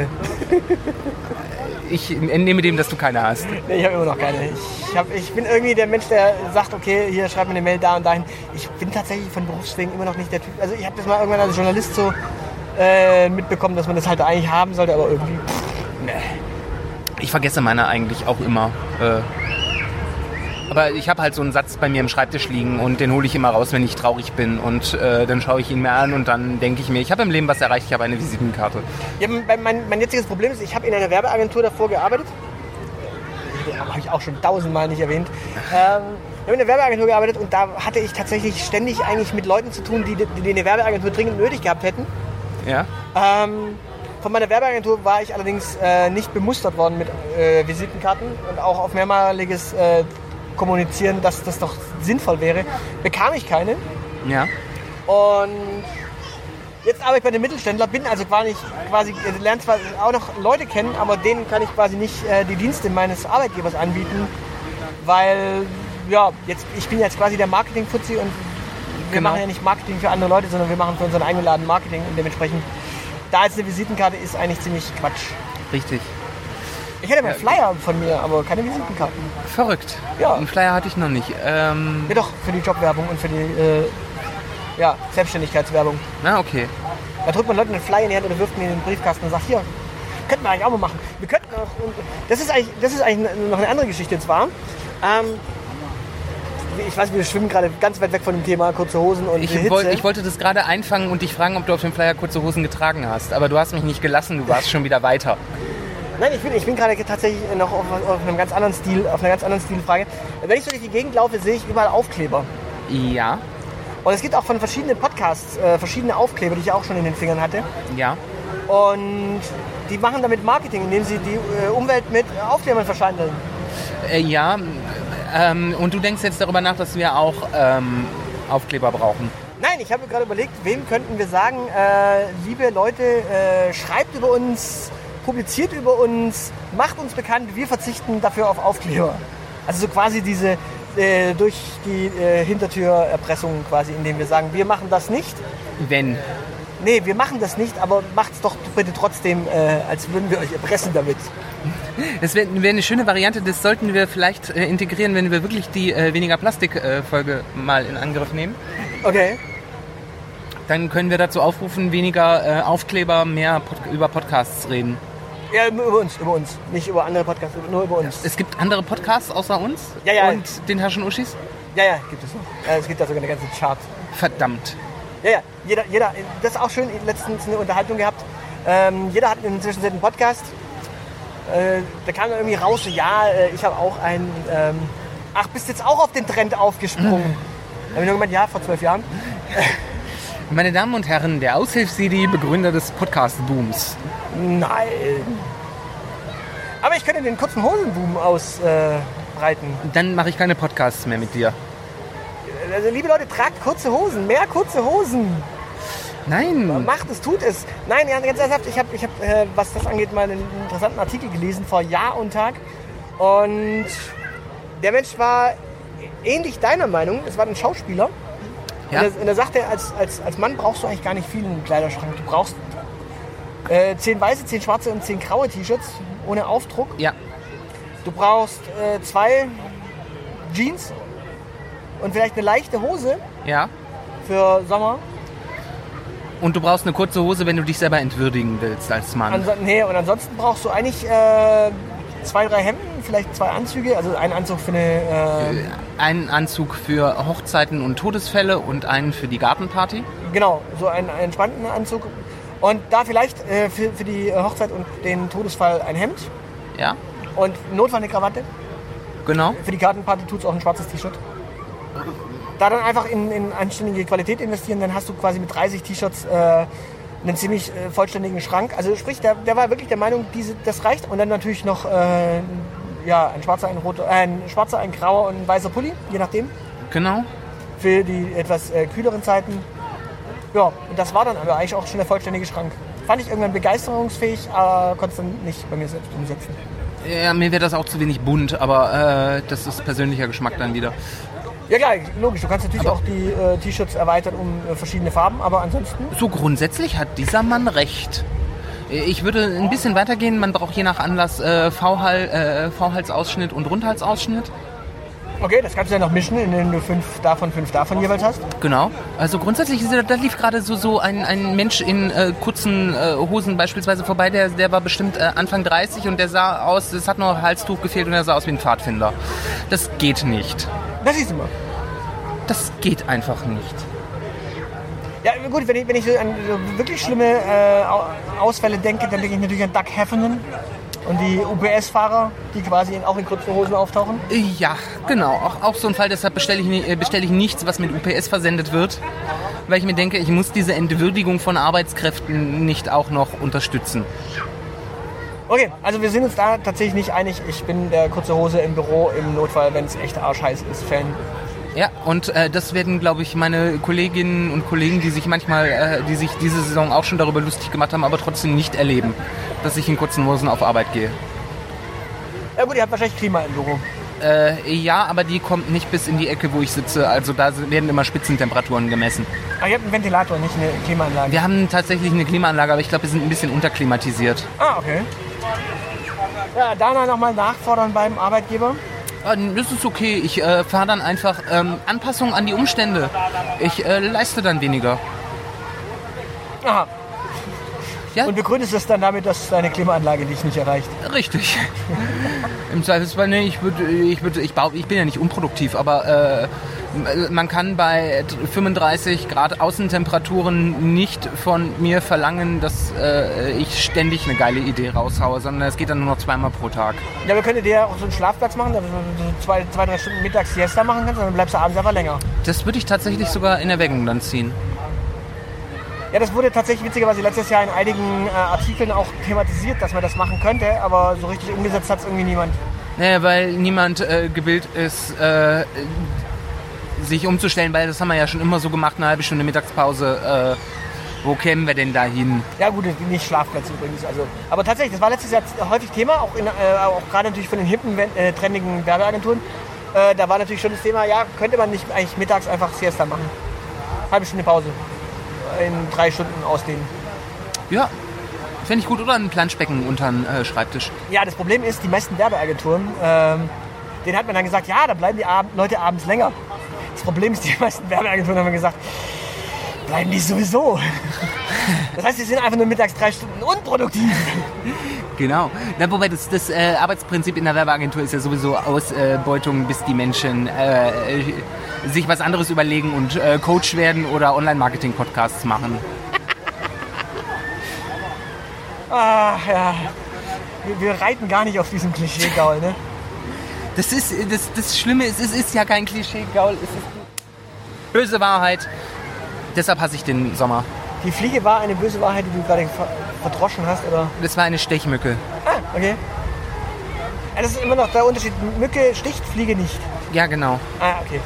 D: Ich entnehme dem, dass du keine hast.
C: Nee, ich habe immer noch keine. Ich bin irgendwie der Mensch, der sagt, okay, hier schreib mir eine Mail da und dahin. Ich bin tatsächlich von Berufswegen immer noch nicht der Typ. Also ich habe das mal irgendwann als Journalist so mitbekommen, dass man das halt eigentlich haben sollte, aber irgendwie, nee.
D: Ich vergesse meine eigentlich auch immer. Aber ich habe halt so einen Satz bei mir im Schreibtisch liegen und den hole ich immer raus, wenn ich traurig bin. Und dann schaue ich ihn mir an und dann denke ich mir, ich habe im Leben was erreicht, ich habe eine Visitenkarte.
C: Ja, mein jetziges Problem ist, ich habe in einer Werbeagentur davor gearbeitet. Habe ich auch schon 1000-mal nicht erwähnt. Ich habe in einer Werbeagentur gearbeitet und da hatte ich tatsächlich ständig eigentlich mit Leuten zu tun, die eine Werbeagentur dringend nötig gehabt hätten.
D: Ja?
C: Von meiner Werbeagentur war ich allerdings nicht bemustert worden mit Visitenkarten und auch auf mehrmaliges kommunizieren, dass das doch sinnvoll wäre, bekam ich keine.
D: Ja.
C: Und jetzt arbeite ich bei den Mittelständlern, bin also quasi lerne zwar auch noch Leute kennen, aber denen kann ich quasi nicht die Dienste meines Arbeitgebers anbieten, weil ich bin jetzt quasi der Marketing-Fuzzi und wir machen ja nicht Marketing für andere Leute, sondern wir machen für unseren eigenen Laden Marketing und dementsprechend da jetzt eine Visitenkarte ist eigentlich ziemlich Quatsch.
D: Richtig.
C: Ich hätte mal einen Flyer von mir, aber keine Visitenkarten.
D: Verrückt.
C: Ja.
D: Einen Flyer hatte ich noch nicht.
C: Ja doch, für die Jobwerbung und für die Selbstständigkeitswerbung.
D: Na, okay.
C: Da drückt man Leuten einen Flyer in die Hand oder wirft ihn in den Briefkasten und sagt, hier, könnten wir eigentlich auch mal machen. Wir könnten auch, das ist eigentlich noch eine andere Geschichte. Und zwar, ich weiß, wir schwimmen gerade ganz weit weg von dem Thema kurze Hosen und Hitze.
D: Ich wollte das gerade einfangen und dich fragen, ob du auf dem Flyer kurze Hosen getragen hast. Aber du hast mich nicht gelassen, du warst schon wieder weiter.
C: Nein, ich bin gerade tatsächlich noch auf einer ganz anderen Stilfrage. Wenn ich so durch die Gegend laufe, sehe ich überall Aufkleber.
D: Ja.
C: Und es gibt auch von verschiedenen Podcasts verschiedene Aufkleber, die ich auch schon in den Fingern hatte.
D: Ja.
C: Und die machen damit Marketing, indem sie die Umwelt mit Aufklebern verschandeln.
D: Und du denkst jetzt darüber nach, dass wir auch Aufkleber brauchen?
C: Nein, ich habe mir gerade überlegt, wem könnten wir sagen, liebe Leute, schreibt über uns, publiziert über uns, macht uns bekannt, wir verzichten dafür auf Aufkleber. Also so quasi diese durch die Hintertür-Erpressung quasi, indem wir sagen, wir machen das nicht.
D: Wenn?
C: Nee, wir machen das nicht, aber macht es doch bitte trotzdem, als würden wir euch erpressen damit.
D: Das wäre eine schöne Variante, das sollten wir vielleicht integrieren, wenn wir wirklich die weniger Plastik-Folge mal in Angriff nehmen.
C: Okay.
D: Dann können wir dazu aufrufen, weniger Aufkleber, mehr über Podcasts reden.
C: Ja, über uns. Nicht über andere Podcasts, nur über uns.
D: Es gibt andere Podcasts außer uns?
C: Ja.
D: Und den Herrschen Uschis?
C: Ja, gibt es noch. Es gibt da sogar eine ganze Chart.
D: Verdammt.
C: Ja, jeder, das ist auch schön, letztens eine Unterhaltung gehabt. Jeder hat inzwischen einen Podcast. Da kam dann irgendwie raus, ich habe auch einen, bist jetzt auch auf den Trend aufgesprungen? Da habe ich nur gemeint, vor 12 Jahren.
D: Meine Damen und Herren, der Aushilfs-Sidi, Begründer des Podcast-Booms.
C: Nein. Aber ich könnte den kurzen Hosenboom ausbreiten.
D: Dann mache ich keine Podcasts mehr mit dir.
C: Also liebe Leute, tragt kurze Hosen, mehr kurze Hosen.
D: Nein.
C: Macht es, tut es. Nein, ganz ernsthaft, ich hab, was das angeht, mal einen interessanten Artikel gelesen vor Jahr und Tag. Und der Mensch war ähnlich deiner Meinung, es war ein Schauspieler.
D: Ja.
C: Und er sagte, als Mann brauchst du eigentlich gar nicht viel in den Kleiderschrank. Du brauchst 10 weiße, 10 schwarze und 10 graue T-Shirts ohne Aufdruck.
D: Ja.
C: Du brauchst 2 Jeans und vielleicht eine leichte Hose.
D: Ja.
C: Für Sommer.
D: Und du brauchst eine kurze Hose, wenn du dich selber entwürdigen willst als Mann.
C: Und ansonsten brauchst du eigentlich 2, 3 Hemden, vielleicht 2 Anzüge, also einen Anzug für
D: einen Anzug für Hochzeiten und Todesfälle und einen für die Gartenparty.
C: Genau, so einen entspannten Anzug. Und da vielleicht für die Hochzeit und den Todesfall ein Hemd.
D: Ja.
C: Und im Notfall eine Krawatte.
D: Genau.
C: Für die Gartenparty tut es auch ein schwarzes T-Shirt. Da dann einfach in anständige Qualität investieren, dann hast du quasi mit 30 T-Shirts einen ziemlich vollständigen Schrank. Also sprich, der war wirklich der Meinung, das reicht. Und dann natürlich noch ein schwarzer, ein grauer und ein weißer Pulli, je nachdem.
D: Genau.
C: Für die etwas kühleren Zeiten. Ja, und das war dann aber eigentlich auch schon der vollständige Schrank. Fand ich irgendwann begeisterungsfähig, aber konnte es dann nicht bei mir selbst umsetzen.
D: Ja, mir wäre das auch zu wenig bunt, aber das ist persönlicher Geschmack dann wieder.
C: Ja klar, logisch. Du kannst natürlich auch die T-Shirts erweitern um verschiedene Farben, aber ansonsten...
D: So grundsätzlich hat dieser Mann recht. Ich würde ein bisschen weitergehen. Man braucht je nach Anlass V-Halsausschnitt und Rundhalsausschnitt.
C: Okay, das kannst du ja noch mischen, indem du 5 davon jeweils hast.
D: Genau. Also grundsätzlich, da lief gerade so ein Mensch in kurzen Hosen beispielsweise vorbei, der war bestimmt Anfang 30 und der sah aus, es hat nur Halstuch gefehlt und er sah aus wie ein Pfadfinder. Das geht nicht.
C: Das siehst du mal.
D: Das geht einfach nicht.
C: Ja gut, wenn ich so an so wirklich schlimme Ausfälle denke, dann denke ich natürlich an Doug Heffernan und die UPS-Fahrer, die quasi auch in kurzen Hosen auftauchen.
D: Ja, genau. Auch so ein Fall, deshalb bestelle ich nichts, was mit UPS versendet wird, weil ich mir denke, ich muss diese Entwürdigung von Arbeitskräften nicht auch noch unterstützen.
C: Okay, also wir sind uns da tatsächlich nicht einig. Ich bin der kurze Hose im Büro im Notfall, wenn es echt arschheiß ist, Fan.
D: Ja, und das werden, glaube ich, meine Kolleginnen und Kollegen, die sich diese Saison auch schon darüber lustig gemacht haben, aber trotzdem nicht erleben, dass ich in kurzen Hosen auf Arbeit gehe.
C: Ja gut, ihr habt wahrscheinlich Klima im Büro.
D: Ja, aber die kommt nicht bis in die Ecke, wo ich sitze. Also da werden immer Spitzentemperaturen gemessen.
C: Aber ihr habt einen Ventilator, nicht eine Klimaanlage?
D: Wir haben tatsächlich eine Klimaanlage, aber ich glaube, wir sind ein bisschen unterklimatisiert.
C: Ah, okay. Ja, Dana nochmal nachfordern beim Arbeitgeber.
D: Das ist okay. Ich fahre dann einfach Anpassungen an die Umstände. Ich leiste dann weniger.
C: Aha.
D: Ja?
C: Und begründest es dann damit, dass deine Klimaanlage dich nicht erreicht?
D: Richtig. Im Zweifelsfall, nee, ich bin ja nicht unproduktiv, aber man kann bei 35 Grad Außentemperaturen nicht von mir verlangen, dass ich ständig eine geile Idee raushaue, sondern es geht dann nur noch 2-mal pro Tag.
C: Ja, wir können dir ja auch so einen Schlafplatz machen, dass du 2-3 Stunden mittags Siesta machen kannst und dann bleibst du abends einfach länger.
D: Das würde ich tatsächlich sogar in Erwägung dann ziehen.
C: Ja, das wurde tatsächlich witzigerweise letztes Jahr in einigen Artikeln auch thematisiert, dass man das machen könnte, aber so richtig umgesetzt hat es irgendwie niemand.
D: Naja, weil niemand gewillt ist, sich umzustellen, weil das haben wir ja schon immer so gemacht, eine halbe Stunde Mittagspause. Wo kämen wir denn da hin?
C: Ja gut, nicht Schlafplätze übrigens. Also, aber tatsächlich, das war letztes Jahr häufig Thema, auch gerade natürlich von den hippen, trendigen Werbeagenturen. Da war natürlich schon das Thema, ja, könnte man nicht eigentlich mittags einfach Siesta machen. Halbe Stunde Pause. In 3 Stunden ausdehnen.
D: Ja, fände ich gut. Oder ein Planschbecken unter den Schreibtisch.
C: Ja, das Problem ist, die meisten Werbeagenturen, denen hat man dann gesagt, ja, da bleiben die Leute abends länger. Das Problem ist, die meisten Werbeagenturen haben gesagt, bleiben die sowieso. Das heißt, die sind einfach nur mittags 3 Stunden unproduktiv.
D: Genau. Na, wobei das Arbeitsprinzip in der Werbeagentur ist ja sowieso Ausbeutung, bis die Menschen sich was anderes überlegen und Coach werden oder Online-Marketing-Podcasts machen.
C: Ah, ja. Wir reiten gar nicht auf diesem Klischee-Gaul, ne?
D: Das Schlimme ist, es ist ja kein Klischee-Gaul, es ist die böse Wahrheit. Deshalb hasse ich den Sommer. Die
C: Fliege war eine böse Wahrheit, die du gerade verdroschen hast, oder?
D: Das war eine Stechmücke.
C: Ah, okay. Ja, das ist immer noch der Unterschied. Mücke sticht, Fliege nicht.
D: Ja, genau.
C: Ah, okay.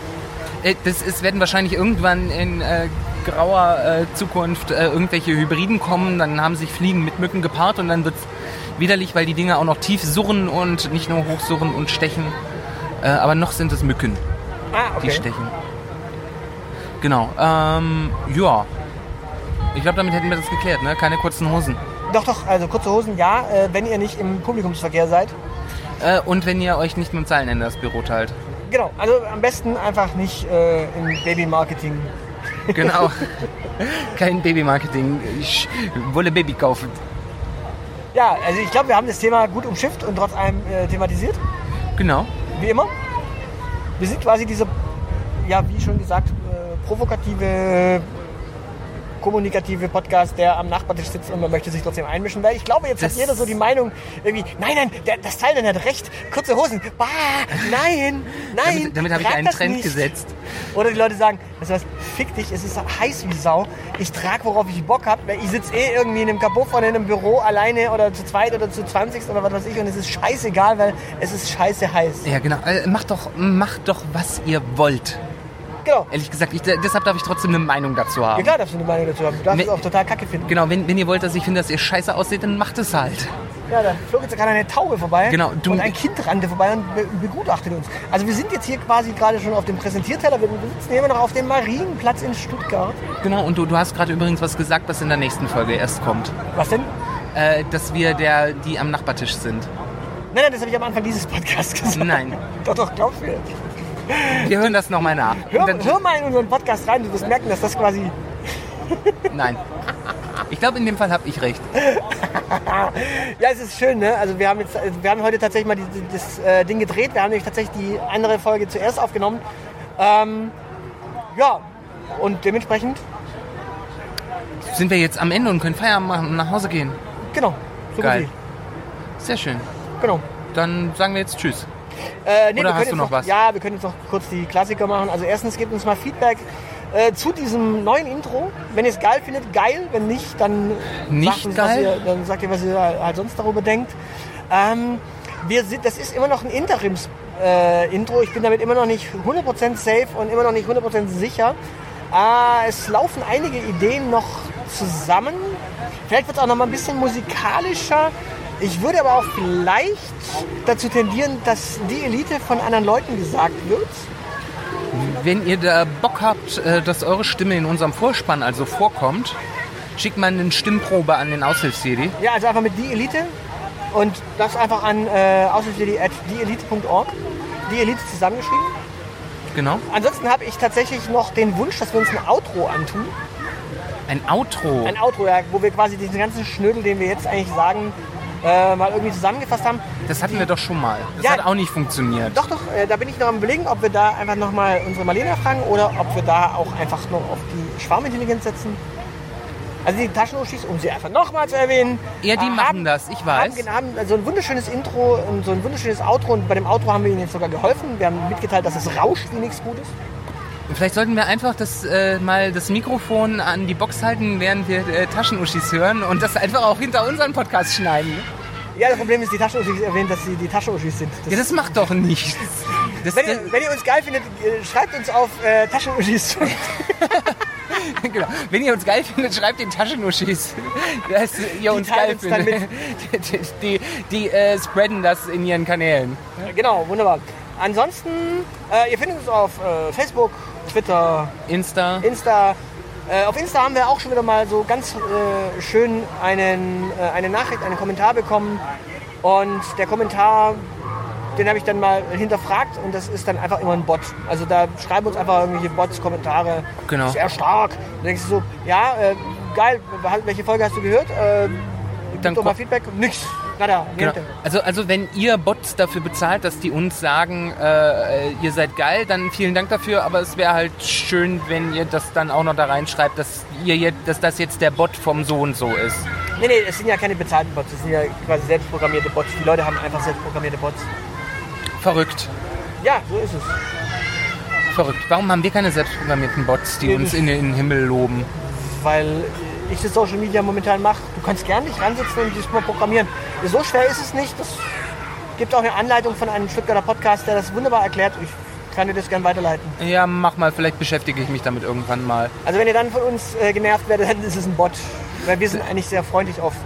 D: Es werden wahrscheinlich irgendwann in grauer Zukunft irgendwelche Hybriden kommen. Dann haben sich Fliegen mit Mücken gepaart und dann wird es widerlich, weil die Dinger auch noch tief surren und nicht nur hochsurren und stechen. Aber noch sind es Mücken, die stechen. Genau. Ja. Ich glaube, damit hätten wir das geklärt, ne? Keine kurzen Hosen.
C: Doch, also kurze Hosen, ja, wenn ihr nicht im Publikumsverkehr seid.
D: Und wenn ihr euch nicht mit dem Zeilenende das Büro teilt.
C: Genau, also am besten einfach nicht im Babymarketing.
D: Genau. Kein Babymarketing. Ich wolle Baby kaufen.
C: Ja, also ich glaube, wir haben das Thema gut umschifft und trotz allem thematisiert.
D: Genau.
C: Wie immer. Wir sind quasi diese, ja, wie schon gesagt, provokative, kommunikative Podcast, der am Nachbartisch sitzt und man möchte sich trotzdem einmischen, weil ich glaube, jetzt hat jeder so die Meinung, irgendwie, nein, das Teil hat recht, kurze Hosen, bah, nein.
D: Damit habe ich einen Trend gesetzt.
C: Oder die Leute sagen, weißt du was, fick dich, es ist heiß wie Sau, ich trage, worauf ich Bock habe, weil ich sitze irgendwie in einem Kabuff oder in einem Büro alleine oder zu zweit oder zu 20 oder was weiß ich und es ist scheißegal, weil es ist scheiße heiß.
D: Ja, genau, macht doch, was ihr wollt.
C: Genau.
D: Ehrlich gesagt, deshalb darf ich trotzdem eine Meinung dazu haben.
C: Ja klar, darfst du eine Meinung dazu haben. Du darfst es auch total kacke finden.
D: Genau, wenn ihr wollt, dass ich finde, dass ihr scheiße aussieht, dann macht es halt.
C: Ja, da flog jetzt gerade eine Taube vorbei.
D: Genau,
C: und ein Kind rannte vorbei und begutachtet uns. Also wir sind jetzt hier quasi gerade schon auf dem Präsentierteller. Wir sitzen hier immer noch auf dem Marienplatz in Stuttgart.
D: Genau, und du hast gerade übrigens was gesagt, was in der nächsten Folge erst kommt.
C: Was denn?
D: Dass wir die am Nachbartisch sind.
C: Nein, das habe ich am Anfang dieses Podcasts gesagt.
D: Nein.
C: Doch, glaub mir.
D: Wir hören das nochmal nach.
C: Hör mal in unseren Podcast rein, du wirst merken, dass das quasi...
D: Nein. Ich glaube, in dem Fall habe ich recht.
C: Ja, es ist schön, ne? Also wir haben heute tatsächlich mal das Ding gedreht. Wir haben nämlich tatsächlich die andere Folge zuerst aufgenommen. Ja, und dementsprechend...
D: Sind wir jetzt am Ende und können Feierabend machen und nach Hause gehen.
C: Genau. So
D: geil.
C: Gut.
D: Sehr schön.
C: Genau.
D: Dann sagen wir jetzt Tschüss.
C: Nee,
D: oder hast du noch was?
C: Ja, wir können jetzt noch kurz die Klassiker machen. Also erstens, gebt uns mal Feedback. zu diesem neuen Intro. Wenn ihr es geil findet, geil. Wenn nicht, dann
D: Nicht
C: uns,
D: geil?
C: dann sagt ihr, was ihr halt sonst darüber denkt. Das ist immer noch ein Interims-Intro. Ich bin damit immer noch nicht 100% safe und immer noch nicht 100% sicher. Es laufen einige Ideen noch zusammen. Vielleicht wird es auch noch mal ein bisschen musikalischer. Ich würde aber auch vielleicht dazu tendieren, dass die Elite von anderen Leuten gesagt wird.
D: Wenn ihr da Bock habt, dass eure Stimme in unserem Vorspann also vorkommt, schickt mal eine Stimmprobe an den Aushilfs-CD.
C: Ja, also einfach mit die Elite und das einfach an aushilfs.dieelite.org. Die Elite zusammengeschrieben.
D: Genau.
C: Ansonsten habe ich tatsächlich noch den Wunsch, dass wir uns ein Outro antun.
D: Ein Outro.
C: Ein Outro, ja, wo wir quasi diesen ganzen Schnödel, den wir jetzt eigentlich sagen, mal irgendwie zusammengefasst haben.
D: Das hatten wir doch schon mal. Das
C: Ja.
D: hat auch nicht funktioniert.
C: Doch, da bin ich noch am Überlegen, ob wir da einfach nochmal unsere Marlene fragen oder ob wir da auch einfach noch auf die Schwarmintelligenz setzen. Also die Taschenuschis, um sie einfach nochmal zu erwähnen.
D: Ja, die machen das, ich weiß.
C: Haben so ein wunderschönes Intro und so ein wunderschönes Outro und bei dem Outro haben wir ihnen jetzt sogar geholfen. Wir haben mitgeteilt, dass es rauscht wie nichts Gutes.
D: Vielleicht sollten wir einfach mal das Mikrofon an die Box halten, während wir Taschenuschis hören und das einfach auch hinter unseren Podcast schneiden.
C: Ja, das Problem ist, die Taschenuschis erwähnen, dass sie die Taschenuschis sind.
D: Ja, das macht doch nichts.
C: Wenn ihr uns geil findet, schreibt uns auf Taschenuschis.
D: Genau. Wenn ihr uns geil findet, schreibt den Taschenuschis, dass ihr uns geil
C: teilen uns
D: findet. Die spreaden das in ihren Kanälen.
C: Genau, wunderbar. Ansonsten, ihr findet uns auf Facebook, Twitter,
D: Insta.
C: Auf Insta haben wir auch schon wieder mal so ganz schön eine Nachricht, einen Kommentar bekommen. Und der Kommentar, den habe ich dann mal hinterfragt und das ist dann einfach immer ein Bot. Also da schreiben uns einfach irgendwelche Bots Kommentare.
D: Genau.
C: Sehr stark. Dann denkst du so, ja, geil, welche Folge hast du gehört? Gib doch mal Feedback. Nix. Nada.
D: Genau. Also wenn ihr Bots dafür bezahlt, dass die uns sagen, ihr seid geil, dann vielen Dank dafür. Aber es wäre halt schön, wenn ihr das dann auch noch da reinschreibt, dass das jetzt der Bot vom so und so ist.
C: Nee, es sind ja keine bezahlten Bots, das sind ja quasi selbstprogrammierte Bots. Die Leute haben einfach selbstprogrammierte Bots.
D: Verrückt.
C: Ja, so ist es.
D: Verrückt. Warum haben wir keine selbstprogrammierten Bots, die uns in den Himmel loben?
C: Weil ich das Social Media momentan mache. Du kannst gerne dich ransetzen und das mal programmieren. So schwer ist es nicht. Es gibt auch eine Anleitung von einem Stuttgarter Podcast, der das wunderbar erklärt. Ich kann dir das gerne weiterleiten.
D: Ja, mach mal. Vielleicht beschäftige ich mich damit irgendwann mal.
C: Also wenn ihr dann von uns genervt werdet, dann ist es ein Bot. Weil wir sind eigentlich sehr freundlich auf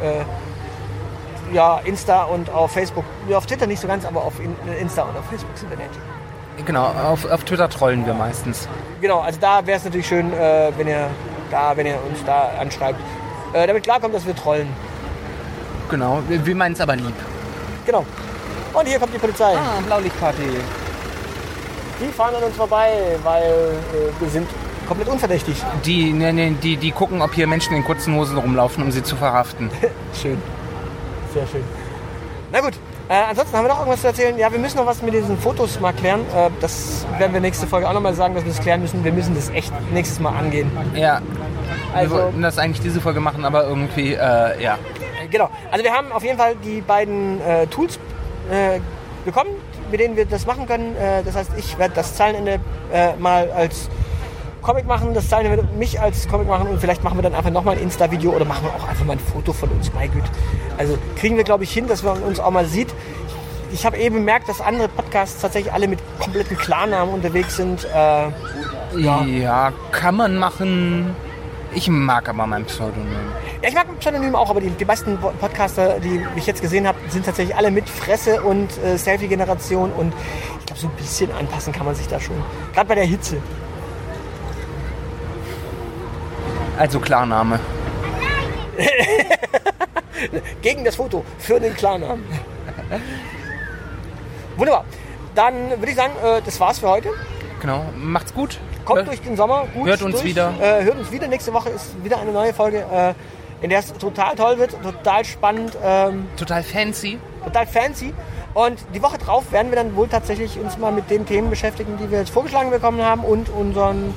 C: Insta und auf Facebook. Ja, auf Twitter nicht so ganz, aber auf Insta und auf Facebook sind wir nett.
D: Genau, auf Twitter trollen wir meistens.
C: Genau, also da wäre es natürlich schön, wenn ihr uns da anschreibt. Damit klarkommt, dass wir trollen.
D: Genau, wir meinen es aber lieb.
C: Genau. Und hier kommt die Polizei.
D: Blaulichtparty.
C: Die fahren an uns vorbei, weil wir sind komplett unverdächtig.
D: Die gucken, ob hier Menschen in kurzen Hosen rumlaufen, um sie zu verhaften.
C: Schön. Sehr schön. Na gut, ansonsten haben wir noch irgendwas zu erzählen. Ja, wir müssen noch was mit diesen Fotos mal klären. Das werden wir nächste Folge auch nochmal sagen, dass wir das klären müssen. Wir müssen das echt nächstes Mal angehen.
D: Ja,
C: also,
D: wir wollten das eigentlich diese Folge machen, aber irgendwie, ja.
C: Genau, also wir haben auf jeden Fall die beiden Tools bekommen, mit denen wir das machen können. Das heißt, ich werde das Zeilenende mal als Comic machen, das Zeilenende wird mich als Comic machen und vielleicht machen wir dann einfach nochmal ein Insta-Video oder machen wir auch einfach mal ein Foto von uns. Mein Güte. Also kriegen wir, glaube ich, hin, dass man uns auch mal sieht. Ich habe eben bemerkt, dass andere Podcasts tatsächlich alle mit kompletten Klarnamen unterwegs sind.
D: Ja, kann man machen. Ich mag aber mein Pseudonym.
C: Ja, ich mag mein Pseudonym auch, aber die meisten Podcaster, die ich jetzt gesehen habe, sind tatsächlich alle mit Fresse und Selfie-Generation und ich glaube, so ein bisschen anpassen kann man sich da schon. Gerade bei der Hitze.
D: Also Klarname.
C: Gegen das Foto, für den Klarnamen. Wunderbar. Dann würde ich sagen, das war's für heute.
D: Genau, macht's gut.
C: Kommt durch den Sommer gut
D: Hört uns
C: durch.
D: wieder.
C: Hört uns wieder. Nächste Woche ist wieder eine neue Folge, in der es total toll wird, total spannend.
D: Total fancy.
C: Total fancy. Und die Woche drauf werden wir dann wohl tatsächlich uns mal mit den Themen beschäftigen, die wir jetzt vorgeschlagen bekommen haben und unseren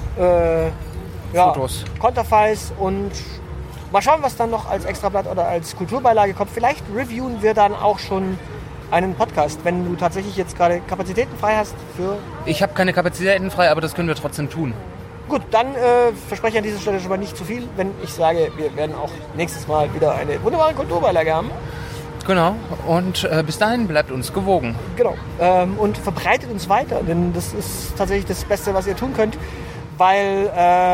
D: Fotos.
C: Konterfeis und mal schauen, was dann noch als Extrablatt oder als Kulturbeilage kommt. Vielleicht reviewen wir dann auch schon einen Podcast, wenn du tatsächlich jetzt gerade Kapazitäten frei hast für...
D: Ich habe keine Kapazitäten frei, aber das können wir trotzdem tun.
C: Gut, dann verspreche ich an dieser Stelle schon mal nicht zu viel, wenn ich sage, wir werden auch nächstes Mal wieder eine wunderbare Kulturbeilage haben.
D: Genau. Und bis dahin bleibt uns gewogen.
C: Genau. Und verbreitet uns weiter, denn das ist tatsächlich das Beste, was ihr tun könnt, weil,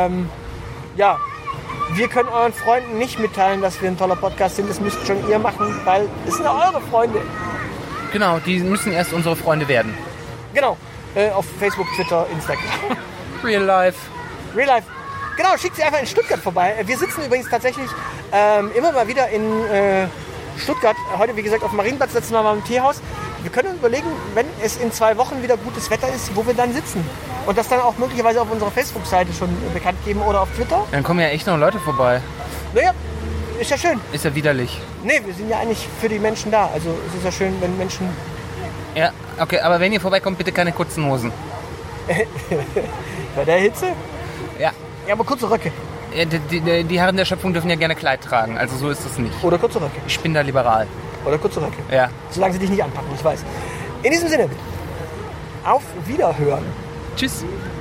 C: wir können euren Freunden nicht mitteilen, dass wir ein toller Podcast sind. Das müsst schon ihr machen, weil es sind ja eure Freunde.
D: Genau, die müssen erst unsere Freunde werden.
C: Genau. Auf Facebook, Twitter, Instagram.
D: Real Life.
C: Real Life. Genau, schickt sie einfach in Stuttgart vorbei. Wir sitzen übrigens tatsächlich immer mal wieder in Stuttgart. Heute, wie gesagt, auf dem Marienplatz, letztes Mal mal im Teehaus. Wir können uns überlegen, wenn es in 2 Wochen wieder gutes Wetter ist, wo wir dann sitzen. Und das dann auch möglicherweise auf unserer Facebook-Seite schon bekannt geben oder auf Twitter.
D: Dann kommen ja echt noch Leute vorbei.
C: Naja, ist ja schön.
D: Ist ja widerlich.
C: Nee, wir sind ja eigentlich für die Menschen da. Also es ist ja schön, wenn Menschen...
D: Ja, okay, aber wenn ihr vorbeikommt, bitte keine kurzen Hosen.
C: Bei der Hitze?
D: Ja.
C: Ja, aber kurze Röcke.
D: Die Herren der Schöpfung dürfen ja gerne Kleid tragen, also so ist es nicht.
C: Oder kurze Röcke.
D: Ich bin da liberal.
C: Oder kurze Röcke.
D: Ja.
C: Solange sie dich nicht anpacken, ich weiß. In diesem Sinne, auf Wiederhören.
D: Tschüss.